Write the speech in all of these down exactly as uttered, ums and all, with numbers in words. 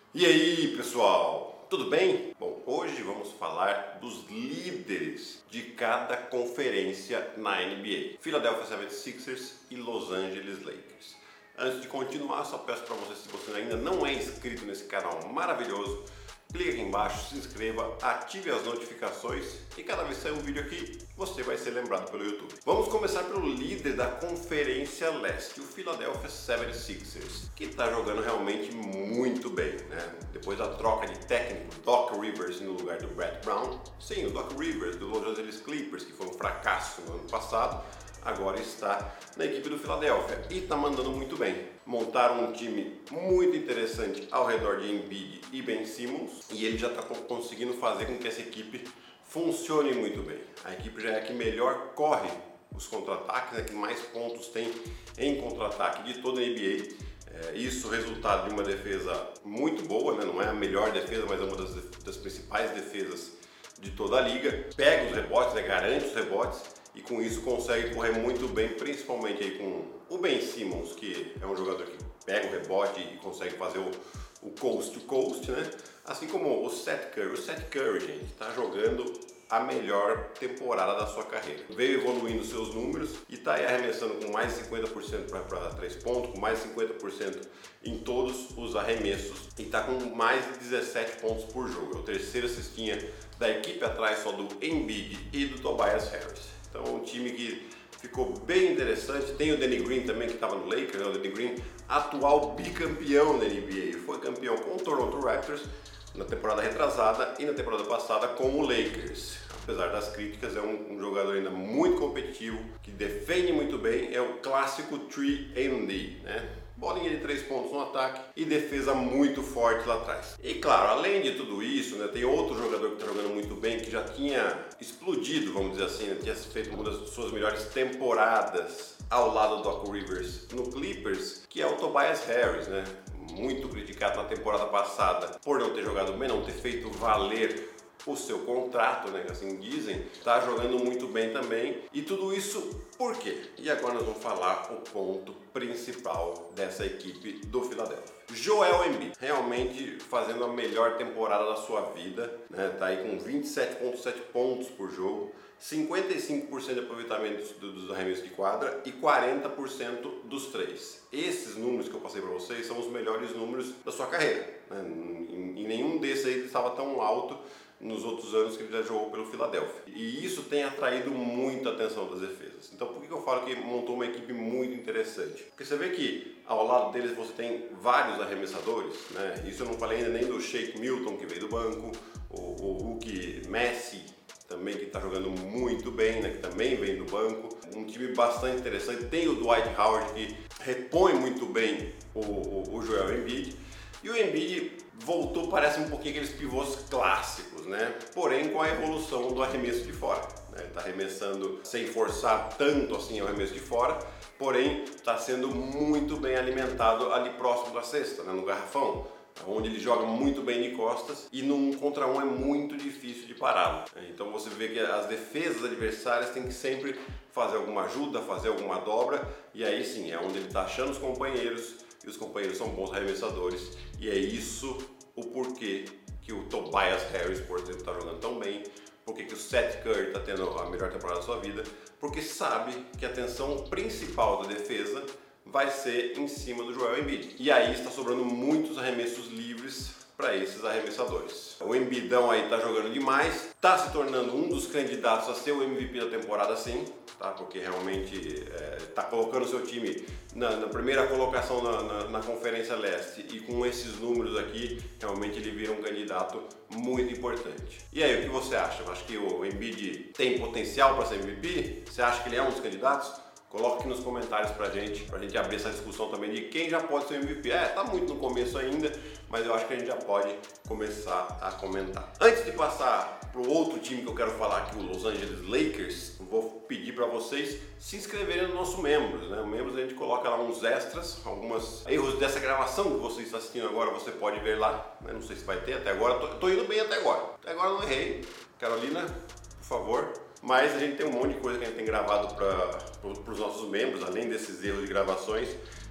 E aí, pessoal, tudo bem? Bom, hoje vamos falar dos líderes de cada conferência na N B A: Philadelphia setenta e seis ers e Los Angeles Lakers. Antes de continuar, só peço para você, se você ainda não é inscrito nesse canal maravilhoso, clique aqui embaixo, se inscreva, ative as notificações e cada vez que sair um vídeo aqui, você vai ser lembrado pelo YouTube. Vamos começar pelo líder da Conferência Leste, o Philadelphia setenta e seis ers, que está jogando realmente muito bem, né? Depois da troca de técnico, Doc Rivers no lugar do Brett Brown. Sim, o Doc Rivers do Los Angeles Clippers, que foi um fracasso no ano passado, agora está na equipe do Philadelphia e está mandando muito bem. Montaram um time muito interessante ao redor de Embiid e Ben Simmons e ele já está conseguindo fazer com que essa equipe funcione muito bem. A equipe já é a que melhor corre os contra-ataques, é a que mais pontos tem em contra-ataque de toda a N B A. É, isso resultado de uma defesa muito boa, né? Não é a melhor defesa, mas é uma das, das principais defesas de toda a liga. Pega os rebotes, né? Garante os rebotes e com isso consegue correr muito bem, principalmente aí com o Ben Simmons, que é um jogador que pega o rebote e consegue fazer o, o coast to coast, né? Assim como o Seth Curry. O Seth Curry, gente, está jogando a melhor temporada da sua carreira. Veio evoluindo seus números e está aí arremessando com mais de cinquenta por cento para três pontos, com mais de cinquenta por cento em todos os arremessos e está com mais de dezessete pontos por jogo. É o terceiro cestinha da equipe, atrás só do Embiid e do Tobias Harris. Então, um time que ficou bem interessante. Tem o Danny Green também, que estava no Lakers, né? O Danny Green, atual bicampeão da N B A. Foi campeão com o Toronto Raptors na temporada retrasada e na temporada passada com o Lakers. Apesar das críticas, é um, um jogador ainda muito competitivo, que defende muito bem. É o clássico três and D, né? Bolinha de três pontos no ataque e defesa muito forte lá atrás. E claro, além de tudo isso, né, tem outro jogador que está jogando muito bem, que já tinha explodido, vamos dizer assim, né, tinha feito uma das suas melhores temporadas ao lado do Doc Rivers no Clippers, que é o Tobias Harris, né? Muito criticado na temporada passada por não ter jogado bem, não ter feito valer o seu contrato, né, assim dizem. Está jogando muito bem também. E tudo isso por quê? E agora nós vamos falar o ponto principal dessa equipe do Philadelphia. Joel Embiid, realmente fazendo a melhor temporada da sua vida, né? Tá aí com vinte e sete vírgula sete pontos por jogo, cinquenta e cinco por cento de aproveitamento dos arremessos de quadra e quarenta por cento dos três. Esses números que eu passei para vocês são os melhores números da sua carreira, né? Em, em nenhum desses aí ele estava tão alto nos outros anos que ele já jogou pelo Philadelphia. E isso tem atraído muita atenção das defesas. Então por que eu falo que montou uma equipe muito interessante? Porque você vê que ao lado deles você tem vários arremessadores, né? Isso eu não falei ainda nem do Shake Milton, que veio do banco, o, o Hulk Messi também, que está jogando muito bem, né? Que também vem do banco. Um time bastante interessante. Tem o Dwight Howard, que repõe muito bem o, o, o Joel Embiid. E o Embiid voltou, parece um pouquinho aqueles pivôs clássicos, né? Porém com a evolução do arremesso de fora, né? Ele está arremessando sem forçar tanto assim o arremesso de fora, porém está sendo muito bem alimentado ali próximo da cesta, né? No garrafão, onde ele joga muito bem de costas e no um contra um é muito difícil de pará-lo. Então você vê que as defesas adversárias têm que sempre fazer alguma ajuda, fazer alguma dobra, e aí sim é onde ele está achando os companheiros, e os companheiros são bons arremessadores, e é isso o porquê que o Tobias Harris, por exemplo, está jogando tão bem, porque que o Seth Curry está tendo a melhor temporada da sua vida, porque sabe que a atenção principal da defesa vai ser em cima do Joel Embiid. E aí está sobrando muitos arremessos livres para esses arremessadores. O Embiidão aí está jogando demais, está se tornando um dos candidatos a ser o M V P da temporada, sim, tá? Porque realmente está é, colocando o seu time na, na primeira colocação na, na, na Conferência Leste, e com esses números aqui, realmente ele vira um candidato muito importante. E aí, o que você acha? Acho que o Embiid tem potencial para ser M V P? Você acha que ele é um dos candidatos? Coloca aqui nos comentários pra gente, pra gente abrir essa discussão também de quem já pode ser o M V P. É, tá muito no começo ainda, mas eu acho que a gente já pode começar a comentar. Antes de passar pro outro time que eu quero falar aqui, o Los Angeles Lakers, vou pedir para vocês se inscreverem no nosso Membros, né? O Membros a gente coloca lá uns extras, alguns erros dessa gravação que você está assistindo agora, você pode ver lá, né? Não sei se vai ter até agora, tô, tô indo bem até agora. Até agora não errei. Carolina, por favor. Mas a gente tem um monte de coisa que a gente tem gravado para os nossos membros, além desses erros de gravações.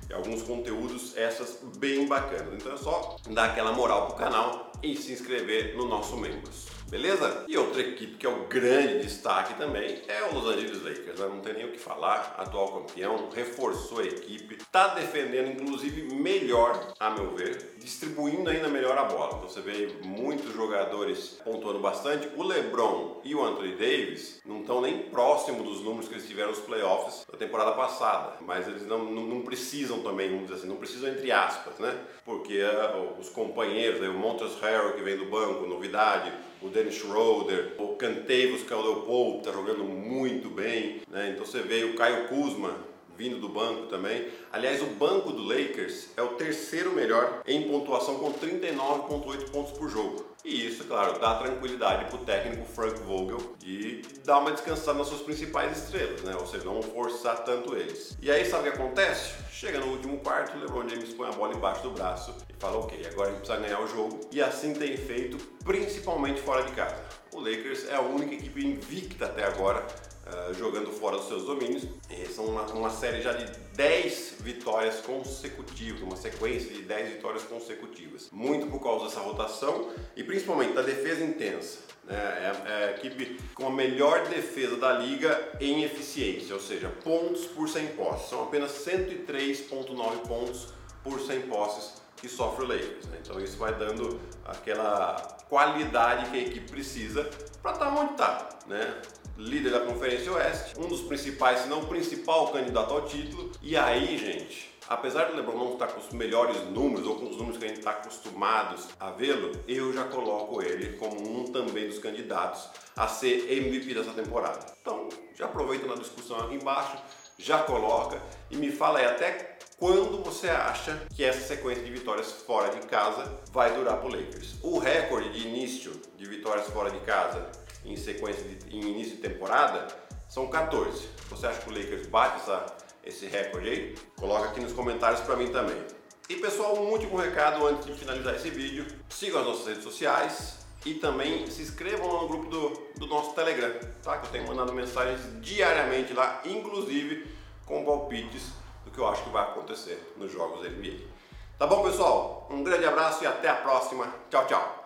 e alguns conteúdos essas bem bacanas. Então é só dar aquela moral pro canal e se inscrever no nosso Membros. Beleza? E outra equipe que é o grande destaque também é o Los Angeles Lakers, né? Não tem nem o que falar, atual campeão, reforçou a equipe, está defendendo inclusive melhor, a meu ver, distribuindo ainda melhor a bola. Então você vê muitos jogadores pontuando bastante. O LeBron e o Anthony Davis não estão nem próximo dos números que eles tiveram nos playoffs da temporada passada, mas eles não, não, não precisam também, vamos dizer assim, não precisam entre aspas, né? Porque uh, os companheiros, aí, o Montrezl Harrell que vem do banco, novidade, o Dennis Schroeder, o Kentavious Caldwell-Pope está jogando muito bem, né? Então você vê o Kyle Kuzma vindo do banco também. Aliás, o banco do Lakers é o terceiro melhor em pontuação com trinta e nove vírgula oito pontos por jogo. E isso, claro, dá tranquilidade para o técnico Frank Vogel de dar uma descansada nas suas principais estrelas, né? Ou seja, não forçar tanto eles. E aí, sabe o que acontece? Chega no último quarto, o LeBron James põe a bola embaixo do braço e fala, ok, agora a gente precisa ganhar o jogo. E assim tem feito, principalmente fora de casa. O Lakers é a única equipe invicta até agora, Uh, jogando fora dos seus domínios. E são uma, uma série já de dez vitórias consecutivas, uma sequência de dez vitórias consecutivas. Muito por causa dessa rotação e principalmente da defesa intensa. Né? É, é a equipe com a melhor defesa da liga em eficiência, ou seja, pontos por cem posses. São apenas cento e três vírgula nove pontos por cem posses que sofre o Lakers, né? Então isso vai dando aquela qualidade que a equipe precisa para estar onde está, né? Líder da Conferência Oeste, um dos principais, se não o principal candidato ao título. E aí, gente, apesar do LeBron não estar com os melhores números ou com os números que a gente está acostumados a vê-lo, eu já coloco ele como um também dos candidatos a ser M V P dessa temporada. Então, já aproveita na discussão aqui embaixo, já coloca e me fala aí até quando você acha que essa sequência de vitórias fora de casa vai durar para o Lakers. O recorde de início de vitórias fora de casa em sequência de, em início de temporada são quatorze. Você acha que o Lakers bate essa, esse recorde aí? Coloca aqui nos comentários para mim também. E pessoal, um último recado antes de finalizar esse vídeo: sigam as nossas redes sociais e também se inscrevam lá no grupo do, do nosso Telegram, tá? Que eu tenho mandado mensagens diariamente lá, inclusive com palpites do que eu acho que vai acontecer nos jogos da N B A. Tá bom, pessoal? Um grande abraço e até a próxima. Tchau, tchau!